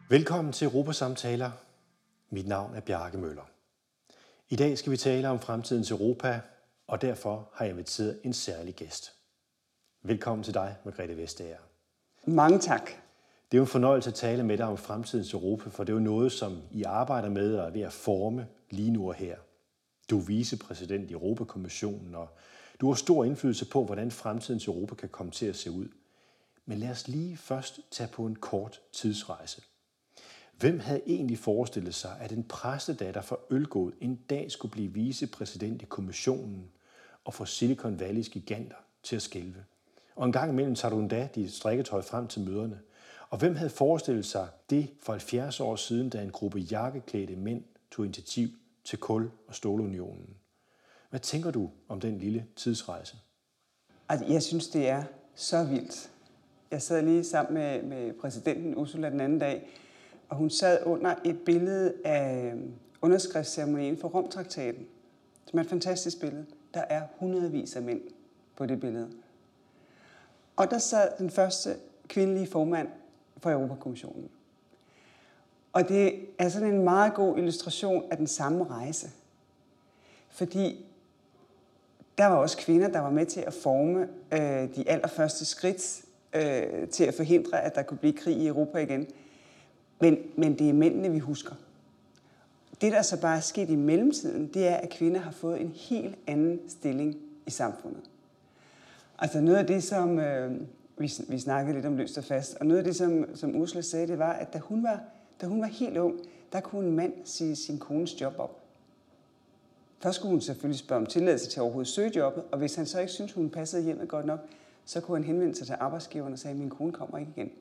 Velkommen til Europasamtaler. Mit navn er Bjarke Møller. I dag skal vi tale om fremtidens Europa, og derfor har jeg inviteret en særlig gæst. Velkommen til dig, Margrethe Vestager. Mange tak. Det er jo en fornøjelse at tale med dig om fremtidens Europa, for det er jo noget, som I arbejder med og er ved at forme lige nu og her. Du er vicepræsident i Europakommissionen, og du har stor indflydelse på, hvordan fremtidens Europa kan komme til at se ud. Men lad os lige først tage på en kort tidsrejse. Hvem havde egentlig forestillet sig, at en præstedatter fra Ølgod en dag skulle blive vicepræsident i kommissionen og få Silicon Valleys giganter til at skælve? Og en gang imellem tager du endda dit strikketøj frem til møderne. Og hvem havde forestillet sig det for 70 år siden, da en gruppe jakkeklædte mænd tog initiativ til kul- og stålunionen? Hvad tænker du om den lille tidsrejse? Altså, jeg synes, det er så vildt. Jeg sad lige sammen med præsidenten Ursula den anden dag, og hun sad under et billede af underskriftsceremonien for Romtraktaten, som er et fantastisk billede. Der er hundredvis af mænd på det billede. Og der sad den første kvindelige formand for Europakommissionen. Og det er sådan en meget god illustration af den samme rejse. Fordi der var også kvinder, der var med til at forme de allerførste skridt til at forhindre, at der kunne blive krig i Europa igen. Men det er mændene, vi husker. Det, der så bare er sket i mellemtiden, det er, at kvinder har fået en helt anden stilling i samfundet. Altså noget af det, som vi snakkede lidt om løst og fast, og noget af det, som Ursula sagde, det var, at da hun var helt ung, der kunne en mand sige sin kones job op. Først skulle hun selvfølgelig spørge om tilladelse til at overhovedet søge jobbet, og hvis han så ikke syntes, hun passede hjemmet godt nok, så kunne han henvende sig til arbejdsgiveren og sige, at min kone kommer ikke igen.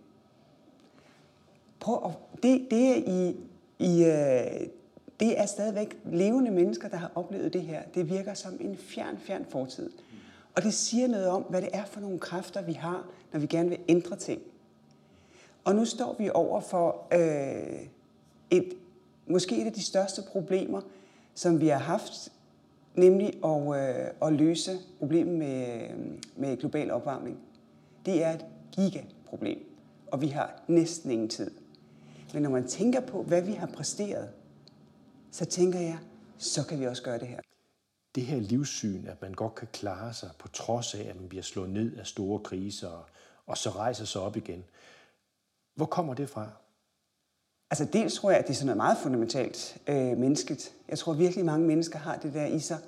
Det er stadigvæk levende mennesker, der har oplevet det her. Det virker som en fjern fortid. Og det siger noget om, hvad det er for nogle kræfter, vi har, når vi gerne vil ændre ting. Og nu står vi over for måske et af de største problemer, som vi har haft, nemlig at løse problemet med global opvarmning. Det er et gigaproblem, og vi har næsten ingen tid. Men når man tænker på, hvad vi har præsteret, så tænker jeg, så kan vi også gøre det her. Det her livssyn, at man godt kan klare sig på trods af, at man bliver slået ned af store kriser og så rejser sig op igen. Hvor kommer det fra? Altså dels tror jeg, at det er sådan noget meget fundamentalt menneskeligt. Jeg tror virkelig, mange mennesker har det der i sig,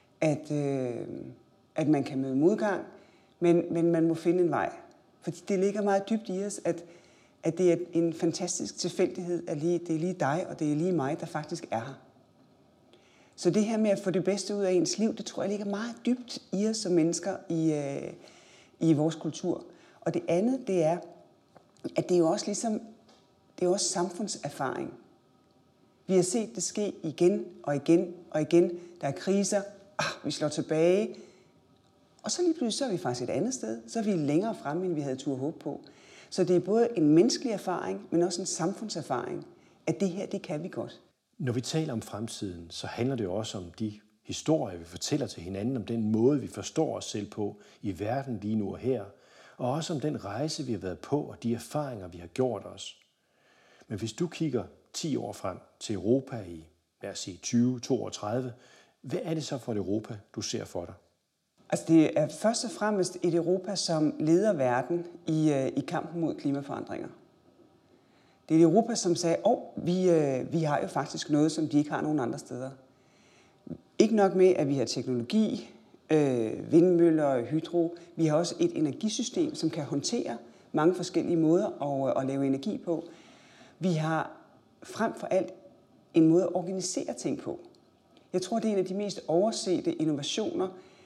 at man kan møde modgang, men man må finde en vej. Fordi det ligger meget dybt i os, at det er en fantastisk tilfældighed, at det er lige dig, og det er lige mig, der faktisk er her. Så det her med at få det bedste ud af ens liv, det tror jeg ligger meget dybt i os som mennesker i vores kultur. Og det andet, det er, at det er jo også ligesom, det er også samfundserfaring. Vi har set det ske igen og igen og igen. Der er kriser, vi slår tilbage, og så lige pludselig så er vi faktisk et andet sted. Så er vi længere fremme, end vi havde turde håbe på. Så det er både en menneskelig erfaring, men også en samfundserfaring, at det her, det kan vi godt. Når vi taler om fremtiden, så handler det jo også om de historier, vi fortæller til hinanden, om den måde, vi forstår os selv på i verden lige nu og her, og også om den rejse, vi har været på, og de erfaringer, vi har gjort os. Men hvis du kigger 10 år frem til Europa i, lad os sige, 2032, hvad er det så for et Europa, du ser for dig? Altså det er først og fremmest et Europa, som leder verden i kampen mod klimaforandringer. Det er et Europa, som sagde, vi har jo faktisk noget, som de ikke har nogen andre steder. Ikke nok med, at vi har teknologi, vindmøller og hydro. Vi har også et energisystem, som kan håndtere mange forskellige måder at lave energi på. Vi har frem for alt en måde at organisere ting på. Jeg tror, det er en af de mest oversete innovationer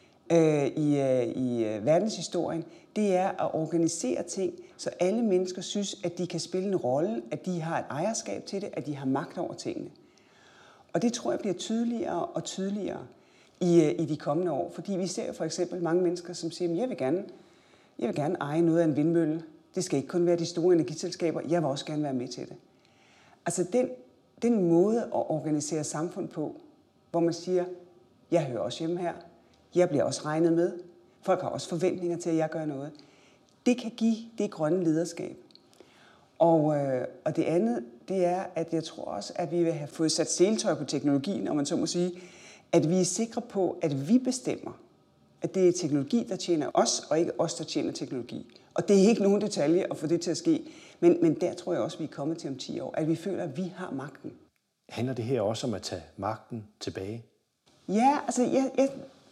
i verdenshistorien. Det er at organisere ting, så alle mennesker synes, at de kan spille en rolle, at de har et ejerskab til det, at de har magt over tingene. Og det tror jeg bliver tydeligere og tydeligere i de kommende år. Fordi vi ser jo for eksempel mange mennesker, som siger, at jeg vil gerne eje noget af en vindmølle. Det skal ikke kun være de store energiselskaber. Jeg vil også gerne være med til det. Altså den måde at organisere samfund på, hvor man siger, jeg hører også hjemme her. Jeg bliver også regnet med. Folk har også forventninger til, at jeg gør noget. Det kan give det grønne lederskab. Og det andet, det er, at jeg tror også, at vi vil have fået sat seletøj på teknologien, om man så må sige, at vi er sikre på, at vi bestemmer, at det er teknologi, der tjener os, og ikke os, der tjener teknologi. Og det er ikke nogen detalje at få det til at ske, men der tror jeg også, vi er kommet til om 10 år, at vi føler, at vi har magten. Handler det her også om at tage magten tilbage? Ja, altså jeg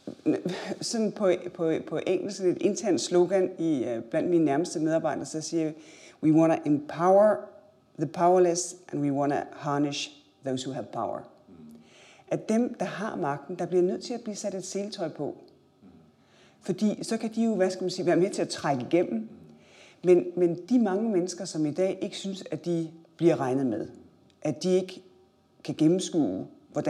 sådan på engelsk, et internt slogan blandt mine nærmeste medarbejdere, så siger jeg, we want to empower the powerless, and we want to harness those who have power. At dem, der har magten, der bliver nødt til at blive sat et seletøj på. Fordi så kan de jo, være med til at trække igennem. Men de mange mennesker, som i dag ikke synes, at de bliver regnet med, at de ikke kan gennemskue,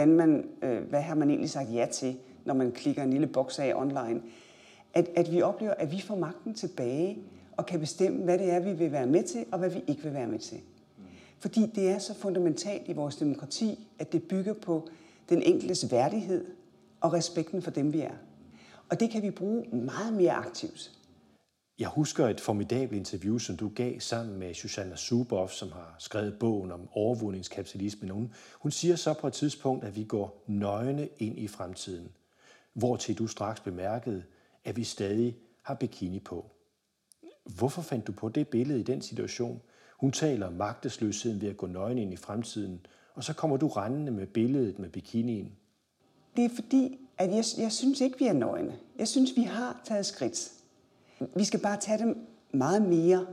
hvad har man egentlig sagt ja til, når man klikker en lille boks af online, at vi oplever, at vi får magten tilbage og kan bestemme, hvad det er, vi vil være med til, og hvad vi ikke vil være med til. Fordi det er så fundamentalt i vores demokrati, at det bygger på den enkeltes værdighed og respekten for dem, vi er. Og det kan vi bruge meget mere aktivt. Jeg husker et formidabelt interview, som du gav sammen med Shoshana Zuboff, som har skrevet bogen om overvågningskapitalismen. Hun siger så på et tidspunkt, at vi går nøgne ind i fremtiden, hvortil du straks bemærkede, at vi stadig har bikini på. Hvorfor fandt du på det billede i den situation? Hun taler om magtesløsheden ved at gå nøgen ind i fremtiden, og så kommer du rendende med billedet med bikinien. Det er fordi, at jeg synes ikke, vi er nøgne. Jeg synes, vi har taget skridt. Vi skal bare tage dem meget mere.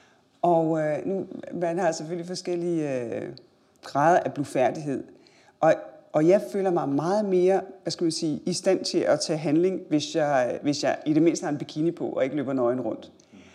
Og nu man har selvfølgelig forskellige grader af blufærdighed. Og jeg føler mig meget mere, i stand til at tage handling, hvis jeg i det mindste har en bikini på og ikke løber nøgen rundt.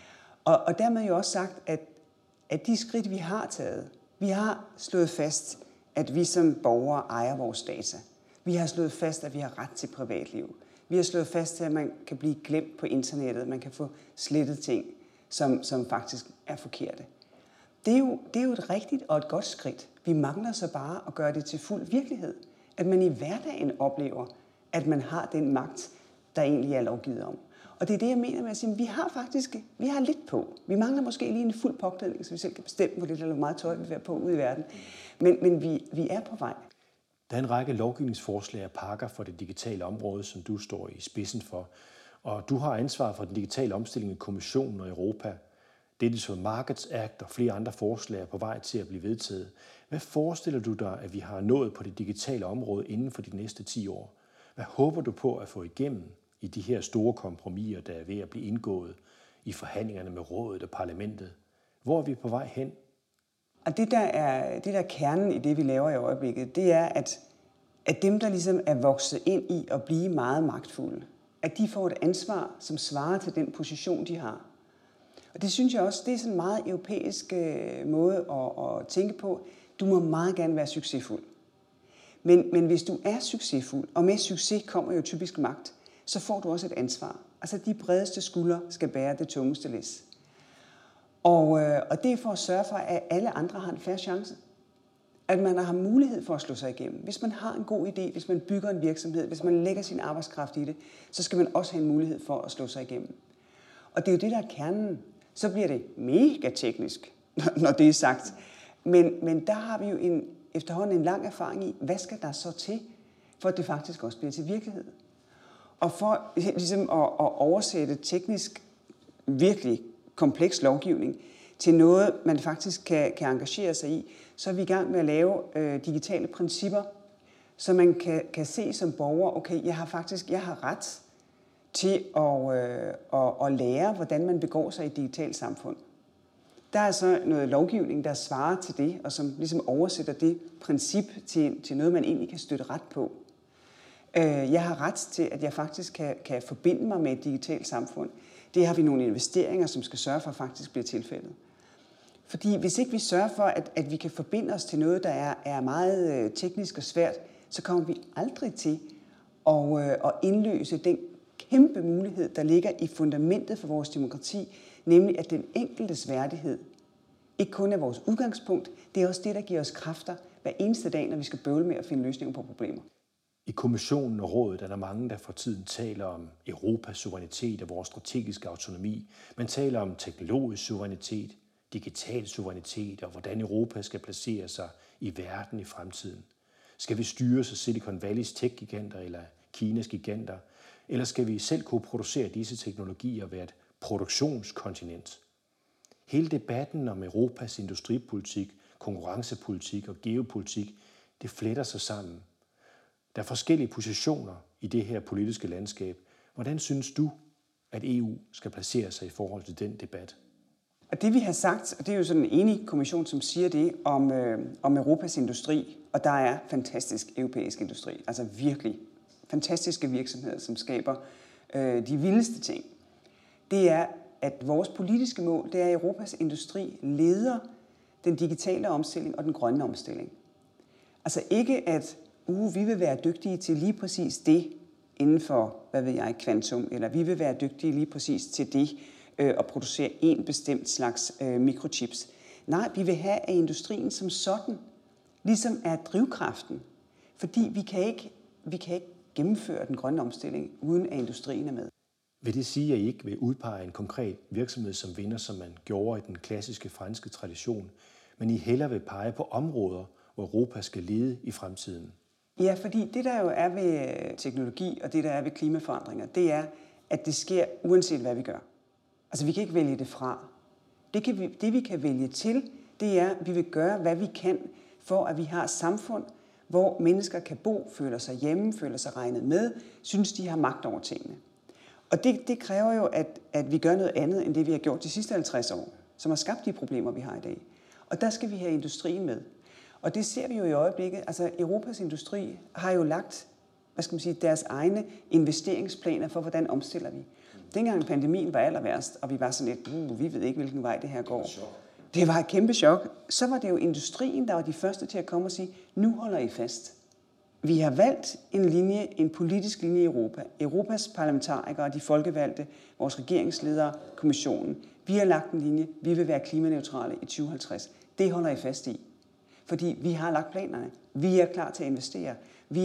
Og dermed jo også sagt, at de skridt, vi har taget, vi har slået fast, at vi som borgere ejer vores data. Vi har slået fast, at vi har ret til privatliv. Vi har slået fast, at man kan blive glemt på internettet. Man kan få slettet ting, som faktisk er forkerte. Det er jo et rigtigt og et godt skridt. Vi mangler så bare at gøre det til fuld virkelighed. At man i hverdagen oplever, at man har den magt, der egentlig er lovgivet om. Og det er det, jeg mener med at sige, at vi har lidt på. Vi mangler måske lige en fuld påklædning, så vi selv kan bestemme, hvor lidt eller meget tøj vi vil være på ude i verden. Men vi er på vej. Der er en række lovgivningsforslag og pakker for det digitale område, som du står i spidsen for. Og du har ansvar for den digitale omstilling i Kommissionen og Europa. Digital Markets Act og flere andre forslag er på vej til at blive vedtaget. Hvad forestiller du dig, at vi har nået på det digitale område inden for de næste 10 år? Hvad håber du på at få igennem i de her store kompromiser, der er ved at blive indgået i forhandlingerne med rådet og parlamentet? Hvor er vi på vej hen? Og det der er kernen i det, vi laver i øjeblikket, det er, at dem, der ligesom er vokset ind i at blive meget magtfulde, at de får et ansvar, som svarer til den position, de har. Og det synes jeg også, det er sådan en meget europæisk måde at tænke på. Du må meget gerne være succesfuld. Men hvis du er succesfuld, og med succes kommer jo typisk magt, så får du også et ansvar. Altså de bredeste skuldre skal bære det tungeste læs. Og det er for at sørge for, at alle andre har en fair chance. At man har mulighed for at slå sig igennem. Hvis man har en god idé, hvis man bygger en virksomhed, hvis man lægger sin arbejdskraft i det, så skal man også have en mulighed for at slå sig igennem. Og det er jo det, der er kernen. Så bliver det mega teknisk, når det er sagt. Men der har vi jo efterhånden en lang erfaring i, hvad skal der så til, for at det faktisk også bliver til virkelighed. Og for ligesom at oversætte teknisk virkelig kompleks lovgivning til noget, man faktisk kan engagere sig i, så er vi i gang med at lave digitale principper, så man kan se som borger, okay, jeg har ret til at lære, hvordan man begår sig i et digitalt samfund. Der er så noget lovgivning, der svarer til det, og som ligesom oversætter det princip til noget, man egentlig kan støtte ret på. Jeg har ret til, at jeg faktisk kan forbinde mig med et digitalt samfund. Det har vi nogle investeringer, som skal sørge for at faktisk bliver tilfældet. Fordi hvis ikke vi sørger for, at vi kan forbinde os til noget, der er meget teknisk og svært, så kommer vi aldrig til at indløse den kæmpe mulighed, der ligger i fundamentet for vores demokrati, nemlig at den enkeltes værdighed ikke kun er vores udgangspunkt, det er også det, der giver os kræfter hver eneste dag, når vi skal bøvle med at finde løsninger på problemer. I Kommissionen og Rådet er der mange, der for tiden taler om Europas suverænitet og vores strategiske autonomi. Man taler om teknologisk suverænitet. digital suverænitet og hvordan Europa skal placere sig i verden i fremtiden. Skal vi styres af Silicon Valleys tech-giganter eller Kinas giganter? Eller skal vi selv kunne producere disse teknologier og være et produktionskontinent? Hele debatten om Europas industripolitik, konkurrencepolitik og geopolitik, det fletter sig sammen. Der er forskellige positioner i det her politiske landskab. Hvordan synes du, at EU skal placere sig i forhold til den debat? Og det vi har sagt, og det er jo sådan en enig kommission, som siger det om Europas industri, og der er fantastisk europæisk industri, altså virkelig fantastiske virksomheder, som skaber de vildeste ting. Det er, at vores politiske mål, det er, at Europas industri leder den digitale omstilling og den grønne omstilling. Altså ikke at vi vil være dygtige til lige præcis det inden for, kvantum, eller vi vil være dygtige lige præcis til det at producere en bestemt slags mikrochips. Nej, vi vil have, at industrien som sådan ligesom er drivkraften, fordi vi kan ikke gennemføre den grønne omstilling, uden at industrien er med. Vil det sige, at I ikke vil udpege en konkret virksomhed som vinder, som man gjorde i den klassiske franske tradition, men I hellere vil pege på områder, hvor Europa skal lede i fremtiden? Ja, fordi det der jo er ved teknologi, og det der er ved klimaforandringer, det er, at det sker uanset hvad vi gør. Altså vi kan ikke vælge det fra. Det vi kan vælge til, det er, at vi vil gøre, hvad vi kan, for at vi har et samfund, hvor mennesker kan bo, føler sig hjemme, føler sig regnet med, synes de har magt over tingene. Og det kræver jo, at vi gør noget andet, end det vi har gjort de sidste 50 år, som har skabt de problemer, vi har i dag. Og der skal vi have industrien med. Og det ser vi jo i øjeblikket. Altså Europas industri har jo lagt, deres egne investeringsplaner for, hvordan omstiller vi. Dengang pandemien var aller værst, og vi var sådan lidt, vi ved ikke, hvilken vej det her går. Det var et kæmpe chok. Så var det jo industrien, der var de første til at komme og sige, nu holder I fast. Vi har valgt en politisk linje i Europa. Europas parlamentarikere, de folkevalgte, vores regeringsledere, kommissionen. Vi har lagt en linje. Vi vil være klimaneutrale i 2050. Det holder I fast i. Fordi vi har lagt planerne. Vi er klar til at investere.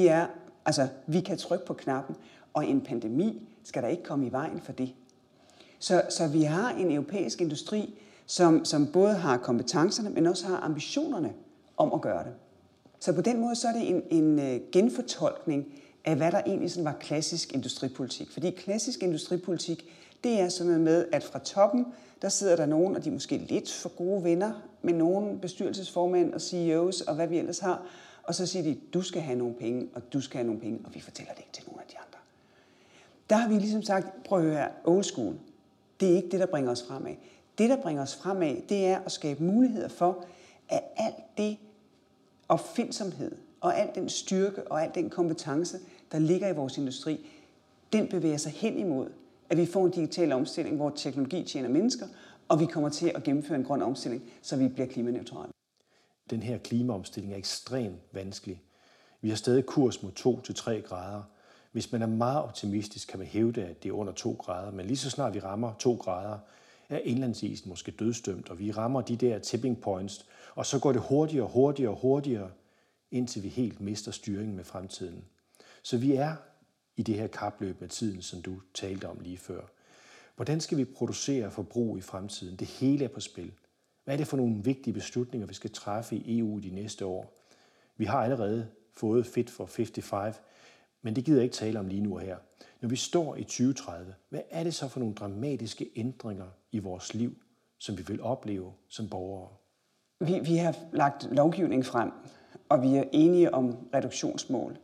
Vi kan trykke på knappen, og en pandemi skal der ikke komme i vejen for det. Så vi har en europæisk industri, som både har kompetencerne, men også har ambitionerne om at gøre det. Så på den måde så er det en genfortolkning af, hvad der egentlig sådan var klassisk industripolitik. Fordi klassisk industripolitik, det er sådan noget med, at fra toppen, der sidder der nogen, og de er måske lidt for gode venner, med nogle bestyrelsesformænd og CEOs og hvad vi ellers har. Og så siger de, du skal have nogle penge, og du skal have nogle penge, og vi fortæller det ikke til nogen af de andre. Der har vi ligesom sagt, prøv at høre her, old school. Det er ikke det, der bringer os fremad. Det, der bringer os fremad, det er at skabe muligheder for, at alt det opfindsomhed, og al den styrke, og al den kompetence, der ligger i vores industri, den bevæger sig hen imod, at vi får en digital omstilling, hvor teknologi tjener mennesker, og vi kommer til at gennemføre en grøn omstilling, så vi bliver klimaneutrale. Den her klimaomstilling er ekstremt vanskelig. Vi har stadig kurs mod 2-3 grader. Hvis man er meget optimistisk, kan man hævde, at det er under 2 grader, men lige så snart vi rammer 2 grader, er indlandsisen måske dødsdømt, og vi rammer de der tipping points, og så går det hurtigere, indtil vi helt mister styringen med fremtiden. Så vi er i det her kapløb med tiden, som du talte om lige før. Hvordan skal vi producere og forbruge i fremtiden? Det hele er på spil. Hvad er det for nogle vigtige beslutninger, vi skal træffe i EU de næste år? Vi har allerede fået Fit for 55, men det gider jeg ikke tale om lige nu og her. Når vi står i 2030, hvad er det så for nogle dramatiske ændringer i vores liv, som vi vil opleve som borgere? Vi har lagt lovgivning frem, og vi er enige om reduktionsmål.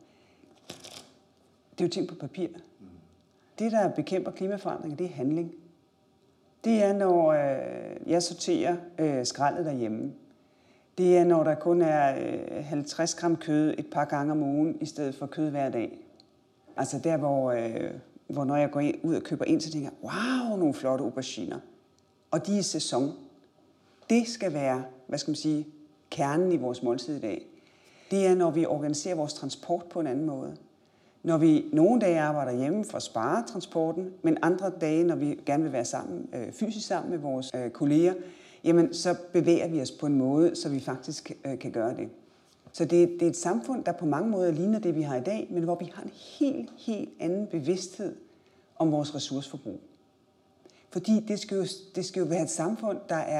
Det er jo ting på papir. Det, der bekæmper klimaforandringer, det er handling. Det er, når jeg sorterer skraldet derhjemme. Det er, når der kun er 50 gram kød et par gange om ugen, i stedet for kød hver dag. Altså der, hvor når jeg går ud og køber ind, så tænker jeg, wow, nogle flotte auberginer. Og de er i sæson. Det skal være, kernen i vores måltid i dag. Det er, når vi organiserer vores transport på en anden måde. Når vi nogle dage arbejder hjemme for at spare transporten, men andre dage, når vi gerne vil være sammen, fysisk sammen med vores kolleger, jamen så bevæger vi os på en måde, så vi faktisk kan gøre det. Så det er et samfund, der på mange måder ligner det, vi har i dag, men hvor vi har en helt anden bevidsthed om vores ressourceforbrug. Fordi det skal jo være et samfund, der er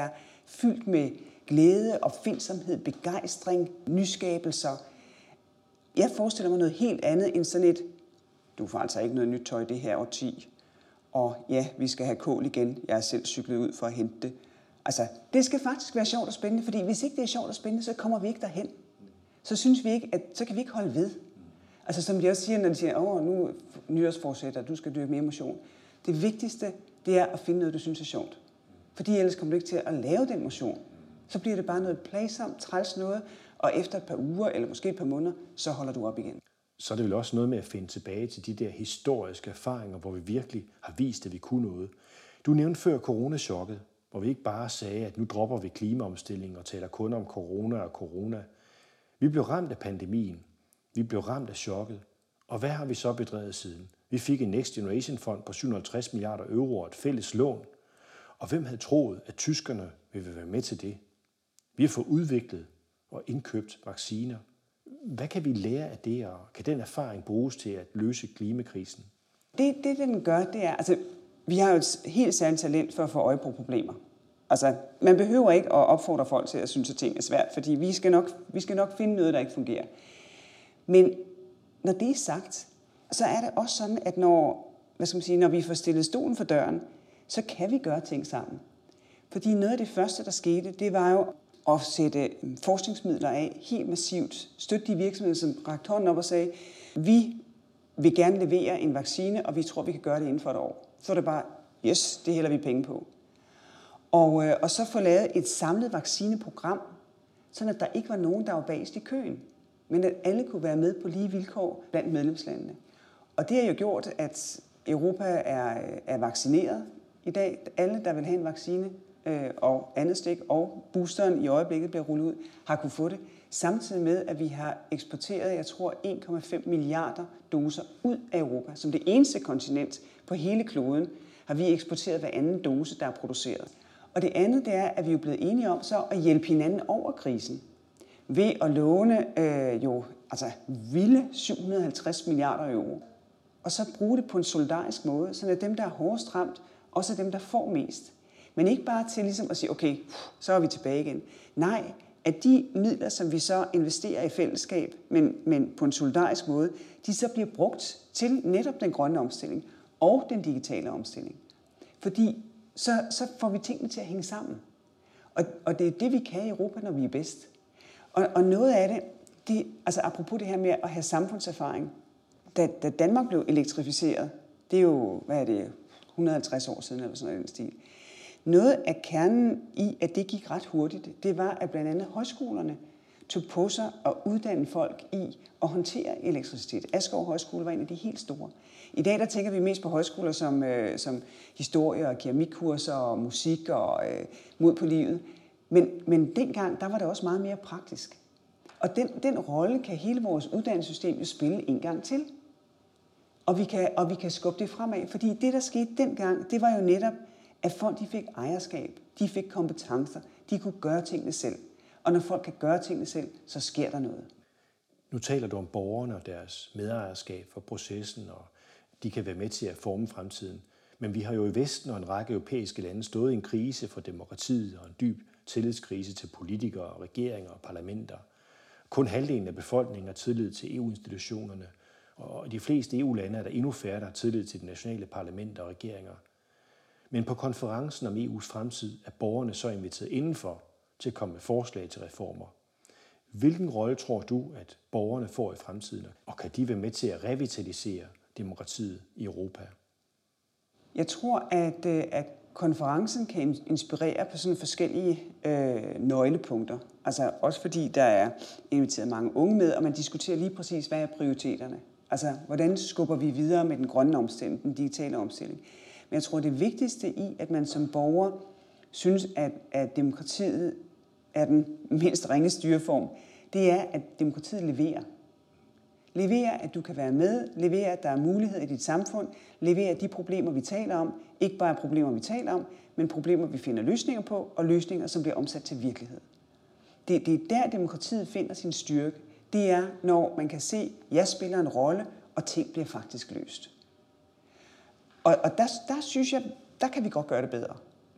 fyldt med glæde, opfindsomhed, begejstring, nyskabelser. Jeg forestiller mig noget helt andet end sådan et, du får altså ikke noget nyt tøj det her årti, og ja, vi skal have kål igen, jeg er selv cyklet ud for at hente det. Altså, det skal faktisk være sjovt og spændende, fordi hvis ikke det er sjovt og spændende, så kommer vi ikke derhen. Så synes vi ikke, så kan vi ikke holde ved. Altså som de også siger, når de siger, nu nytårsforsætter, du skal dyrke mere motion. Det vigtigste, det er at finde noget, du synes er sjovt. Fordi ellers kommer du ikke til at lave den motion. Så bliver det bare noget plagsomt, træls noget, og efter et par uger, eller måske et par måneder, så holder du op igen. Så er det vel også noget med at finde tilbage til de der historiske erfaringer, hvor vi virkelig har vist, at vi kunne noget. Du nævnte før coronachokket, hvor vi ikke bare sagde, at nu dropper vi klimaomstillingen og taler kun om corona og corona. Vi blev ramt af pandemien. Vi blev ramt af chokket. Og hvad har vi så bedrevet siden? Vi fik en Next Generation Fond på 750 milliarder euro og et fælles lån. Og hvem havde troet, at tyskerne ville være med til det? Vi har fået udviklet og indkøbt vacciner. Hvad kan vi lære af det, og kan den erfaring bruges til at løse klimakrisen? Det den gør, det er, altså vi har jo et helt særligt talent for at få øje på problemer. Altså, man behøver ikke at opfordre folk til at synes, at ting er svært, fordi vi skal nok finde noget, der ikke fungerer. Men når det er sagt, så er det også sådan, at når vi får stillet stolen for døren, så kan vi gøre ting sammen. Fordi noget af det første, der skete, det var jo at sætte forskningsmidler af helt massivt. Støtte de virksomheder, som rakte hånden op og sagde, vi vil gerne levere en vaccine, og vi tror, vi kan gøre det inden for et år. Så er det bare, yes, det hælder vi penge på. Og så få lavet et samlet vaccineprogram, sådan at der ikke var nogen, der var bagest i køen, men at alle kunne være med på lige vilkår blandt medlemslandene. Og det har jo gjort, at Europa er vaccineret i dag. Alle, der vil have en vaccine og andet stik, og boosteren i øjeblikket bliver rullet ud, har kunne få det. Samtidig med, at vi har eksporteret, jeg tror, 1,5 milliarder doser ud af Europa. Som det eneste kontinent på hele kloden har vi eksporteret hver anden dose, der er produceret. Og det andet, det er, at vi er blevet enige om så at hjælpe hinanden over krisen. Ved at låne vilde 750 milliarder euro. Og så bruge det på en solidarisk måde, så at dem, der er hårdest ramt, også er dem, der får mest. Men ikke bare til ligesom at sige, okay, så er vi tilbage igen. Nej, at de midler, som vi så investerer i fællesskab, men på en solidarisk måde, de så bliver brugt til netop den grønne omstilling og den digitale omstilling. Fordi så får vi tingene til at hænge sammen. Og det er det, vi kan i Europa, når vi er bedst. Og noget af det, altså apropos det her med at have samfundserfaring, da Danmark blev elektrificeret, det er jo, 150 år siden eller sådan en stil. Noget af kernen i, at det gik ret hurtigt, det var, at blandt andet højskolerne tog på sig at uddanne folk i at håndtere elektricitet. Askov Højskole var en af de helt store. I dag der tænker vi mest på højskoler som historie og keramikkurser og musik og mod på livet. Men dengang, der var det også meget mere praktisk. Og den rolle kan hele vores uddannelsessystem jo spille en gang til. Og vi kan skubbe det fremad, fordi det, der skete dengang, det var jo netop, at folk de fik ejerskab, de fik kompetencer, de kunne gøre tingene selv. Og når folk kan gøre tingene selv, så sker der noget. Nu taler du om borgerne og deres medejerskab for processen, og de kan være med til at forme fremtiden. Men vi har jo i Vesten og en række europæiske lande stået i en krise for demokratiet og en dyb tillidskrise til politikere, regeringer og parlamenter. Kun halvdelen af befolkningen har tillid til EU-institutionerne, og i de fleste EU-lande er der endnu færre, der har tillid til de nationale parlamenter og regeringer. Men på konferencen om EU's fremtid er borgerne så inviteret indenfor til at komme med forslag til reformer. Hvilken rolle tror du, at borgerne får i fremtiden, og kan de være med til at revitalisere demokratiet i Europa? Jeg tror, at konferencen kan inspirere på sådan forskellige nøglepunkter. Altså også fordi der er inviteret mange unge med, og man diskuterer lige præcis, hvad er prioriteterne. Altså hvordan skubber vi videre med den grønne omstilling, den digitale omstilling. Men jeg tror, det vigtigste i, at man som borger synes, at demokratiet er den mindst ringe styreform, det er, at demokratiet leverer. Leverer, at du kan være med, leverer, at der er mulighed i dit samfund, leverer de problemer, vi taler om, ikke bare problemer, vi taler om, men problemer, vi finder løsninger på, og løsninger, som bliver omsat til virkelighed. Det er der, demokratiet finder sin styrke. Det er, når man kan se, at jeg spiller en rolle, og ting bliver faktisk løst. Og der synes jeg, der kan vi godt gøre det bedre.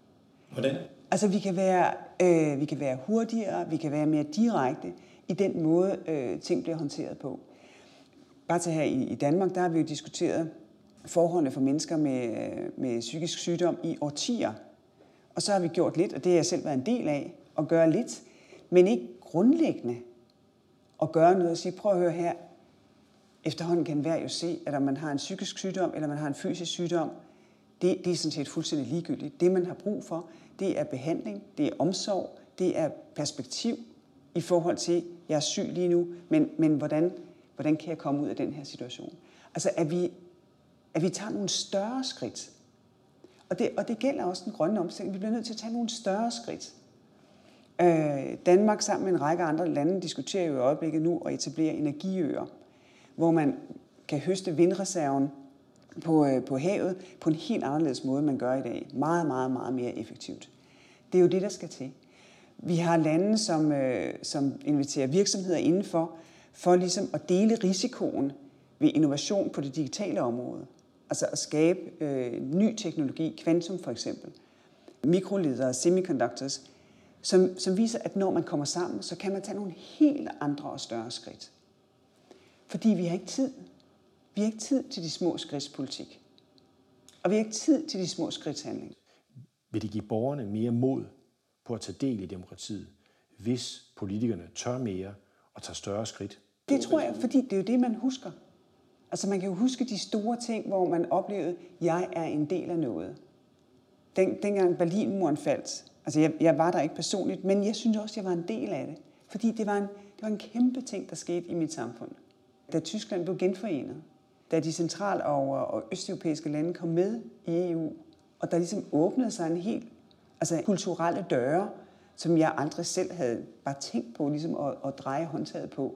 Hvordan? Altså vi kan være hurtigere, vi kan være mere direkte i den måde, ting bliver håndteret på. Bare til her i Danmark, der har vi jo diskuteret forholdene for mennesker med psykisk sygdom i årtier. Og så har vi gjort lidt, og det har jeg selv været en del af, at gøre lidt, men ikke grundlæggende at gøre noget og sige, prøv at høre her, efterhånden kan hver jo se, at om man har en psykisk sygdom, eller man har en fysisk sygdom, det er sådan set fuldstændig ligegyldigt. Det, man har brug for, det er behandling, det er omsorg, det er perspektiv i forhold til, jeg er syg lige nu, men hvordan kan jeg komme ud af den her situation? Altså, at vi tager nogle større skridt. Og det gælder også den grønne omstilling. Vi bliver nødt til at tage nogle større skridt. Danmark sammen med en række andre lande diskuterer jo i øjeblikket nu at etablere energiøer, hvor man kan høste vindreserven på havet på en helt anderledes måde, man gør i dag. Meget, meget, meget mere effektivt. Det er jo det, der skal til. Vi har lande, som inviterer virksomheder indenfor, for ligesom at dele risikoen ved innovation på det digitale område. Altså at skabe ny teknologi, kvantum for eksempel, mikroledere, semiconductors, som viser, at når man kommer sammen, så kan man tage nogle helt andre og større skridt. Fordi vi har ikke tid. Vi har ikke tid til de små skridts politik. Og vi har ikke tid til de små skridts handling. Vil det give borgerne mere mod på at tage del i demokratiet, hvis politikerne tør mere og tager større skridt? Det tror jeg, fordi det er jo det, man husker. Altså man kan jo huske de store ting, hvor man oplevede, at jeg er en del af noget. Dengang Berlinmuren faldt, altså jeg var der ikke personligt, men jeg synes også, at jeg var en del af det. Fordi det var en kæmpe ting, der skete i mit samfund. Da Tyskland blev genforenet, da de central- og østeuropæiske lande kom med i EU, og der ligesom åbnede sig en helt kulturelle døre, som jeg aldrig selv havde bare tænkt på ligesom at dreje håndtaget på,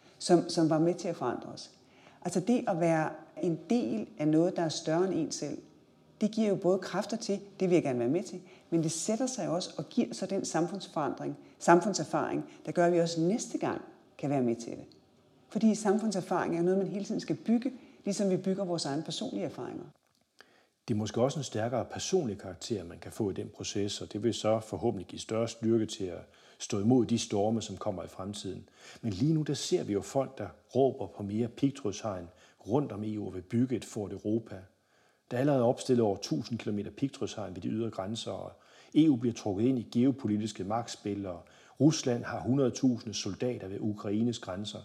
som var med til at forandre os. Altså det at være en del af noget, der er større end en selv, det giver jo både kræfter til, det vil jeg gerne være med til, men det sætter sig også og giver så den samfundserfaring, der gør, at vi også næste gang kan være med til det. Fordi samfundserfaring er noget, man hele tiden skal bygge, ligesom vi bygger vores egne personlige erfaringer. Det er måske også en stærkere personlig karakter, man kan få i den proces, og det vil så forhåbentlig give større styrke til at stå imod de storme, som kommer i fremtiden. Men lige nu, der ser vi jo folk, der råber på mere pigtrådshegn rundt om EU og vil bygge et Fort Europa. Der er allerede opstillet over 1000 km pigtrådshegn ved de ydre grænser, og EU bliver trukket ind i geopolitiske magtspil, og Rusland har 100.000 soldater ved Ukraines grænser.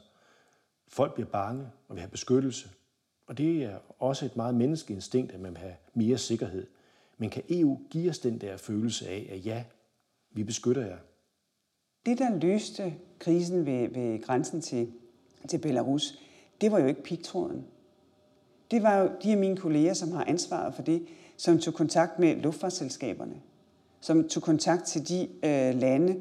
Folk bliver bange og vil have beskyttelse. Og det er også et meget menneskeligt instinkt, at man vil have mere sikkerhed. Men kan EU give os den der følelse af, at ja, vi beskytter jer? Det, der løste krisen ved grænsen til Belarus, det var jo ikke pigtråden. Det var jo de af mine kolleger, som har ansvaret for det, som tog kontakt med luftfartsselskaberne, som tog kontakt til de lande,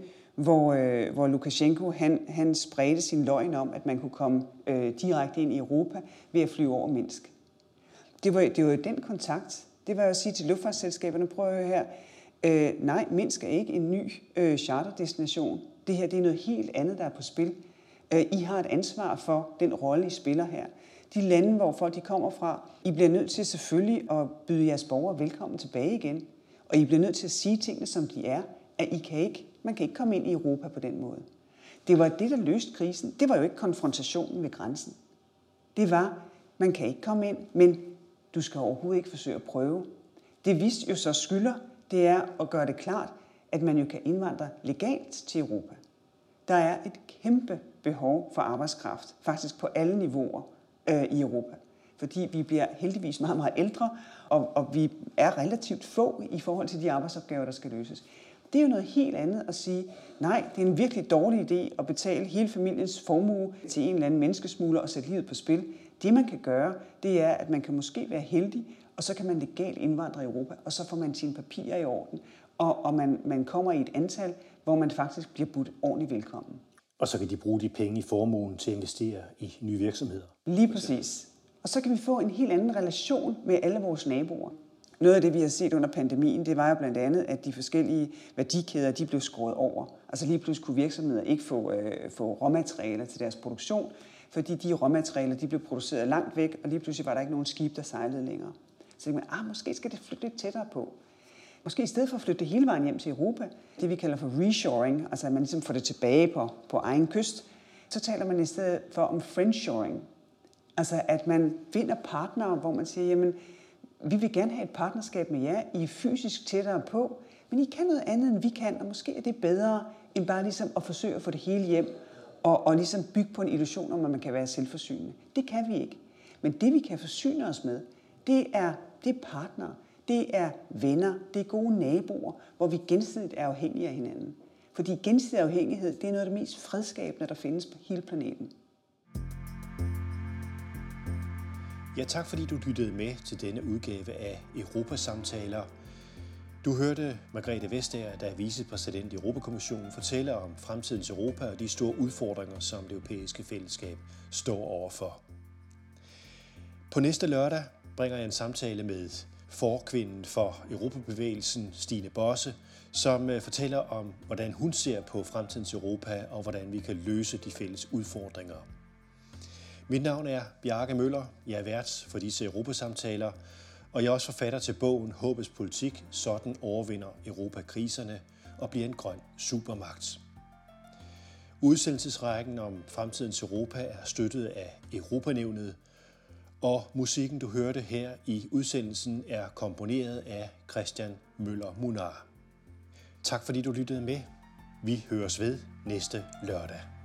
hvor Lukashenko han spredte sin løgn om, at man kunne komme direkte ind i Europa ved at flyve over Minsk. Det var jo den kontakt. Det var jo at sige til luftfartsselskaberne, prøv at høre her, nej, Minsk er ikke en ny charterdestination. Det her det er noget helt andet, der er på spil. I har et ansvar for den rolle, I spiller her. De lande, hvor folk de kommer fra, I bliver nødt til selvfølgelig at byde jeres borgere velkommen tilbage igen. Og I bliver nødt til at sige tingene, som de er, at man kan ikke komme ind i Europa på den måde. Det var det, der løste krisen. Det var jo ikke konfrontationen ved grænsen. Det var, man kan ikke komme ind, men du skal overhovedet ikke forsøge at prøve. Det vi jo så skylder, det er at gøre det klart, at man jo kan indvandre legalt til Europa. Der er et kæmpe behov for arbejdskraft, faktisk på alle niveauer i Europa. Fordi vi bliver heldigvis meget, meget ældre, og vi er relativt få i forhold til de arbejdsopgaver, der skal løses. Det er jo noget helt andet at sige, nej, det er en virkelig dårlig idé at betale hele familiens formue til en eller anden menneskesmugler og sætte livet på spil. Det man kan gøre, det er, at man kan måske være heldig, og så kan man legalt indvandre i Europa, og så får man sine papirer i orden, og man kommer i et antal, hvor man faktisk bliver budt ordentligt velkommen. Og så kan de bruge de penge i formuen til at investere i nye virksomheder. Lige præcis. Og så kan vi få en helt anden relation med alle vores naboer. Noget af det, vi har set under pandemien, det var jo blandt andet, at de forskellige værdikæder, de blev skåret over. Altså lige pludselig kunne virksomheder ikke få råmaterialer til deres produktion, fordi de råmaterialer, de blev produceret langt væk, og lige pludselig var der ikke nogen skib, der sejlede længere. Så tænkte man, måske skal det flytte lidt tættere på. Måske i stedet for at flytte det hele vejen hjem til Europa, det vi kalder for reshoring, altså at man ligesom får det tilbage på egen kyst, så taler man i stedet for om friendshoring. Altså at man finder partnere, hvor man siger, jamen vi vil gerne have et partnerskab med jer, I er fysisk tættere på, men I kan noget andet, end vi kan, og måske er det bedre, end bare ligesom at forsøge at få det hele hjem, og ligesom bygge på en illusion om, at man kan være selvforsynende. Det kan vi ikke. Men det vi kan forsyne os med, det er partnere, det er venner, det er gode naboer, hvor vi gensidigt er afhængige af hinanden. Fordi gensidig afhængighed, det er noget af det mest fredskabende, der findes på hele planeten. Ja, tak fordi du lyttede med til denne udgave af Europasamtaler. Du hørte Margrethe Vestager, der er vicepræsident i Europakommissionen, fortælle om fremtidens Europa og de store udfordringer, som det europæiske fællesskab står overfor. På næste lørdag bringer jeg en samtale med forkvinden for Europabevægelsen, Stine Bosse, som fortæller om, hvordan hun ser på fremtidens Europa og hvordan vi kan løse de fælles udfordringer. Mit navn er Bjarke Møller. Jeg er vært for disse Europasamtaler, og jeg er også forfatter til bogen Håbets politik. Sådan overvinder Europa kriserne og bliver en grøn supermagt. Udsendelsesrækken om fremtidens Europa er støttet af Europanævnet, og musikken, du hørte her i udsendelsen, er komponeret af Christian Møller Munar. Tak fordi du lyttede med. Vi høres ved næste lørdag.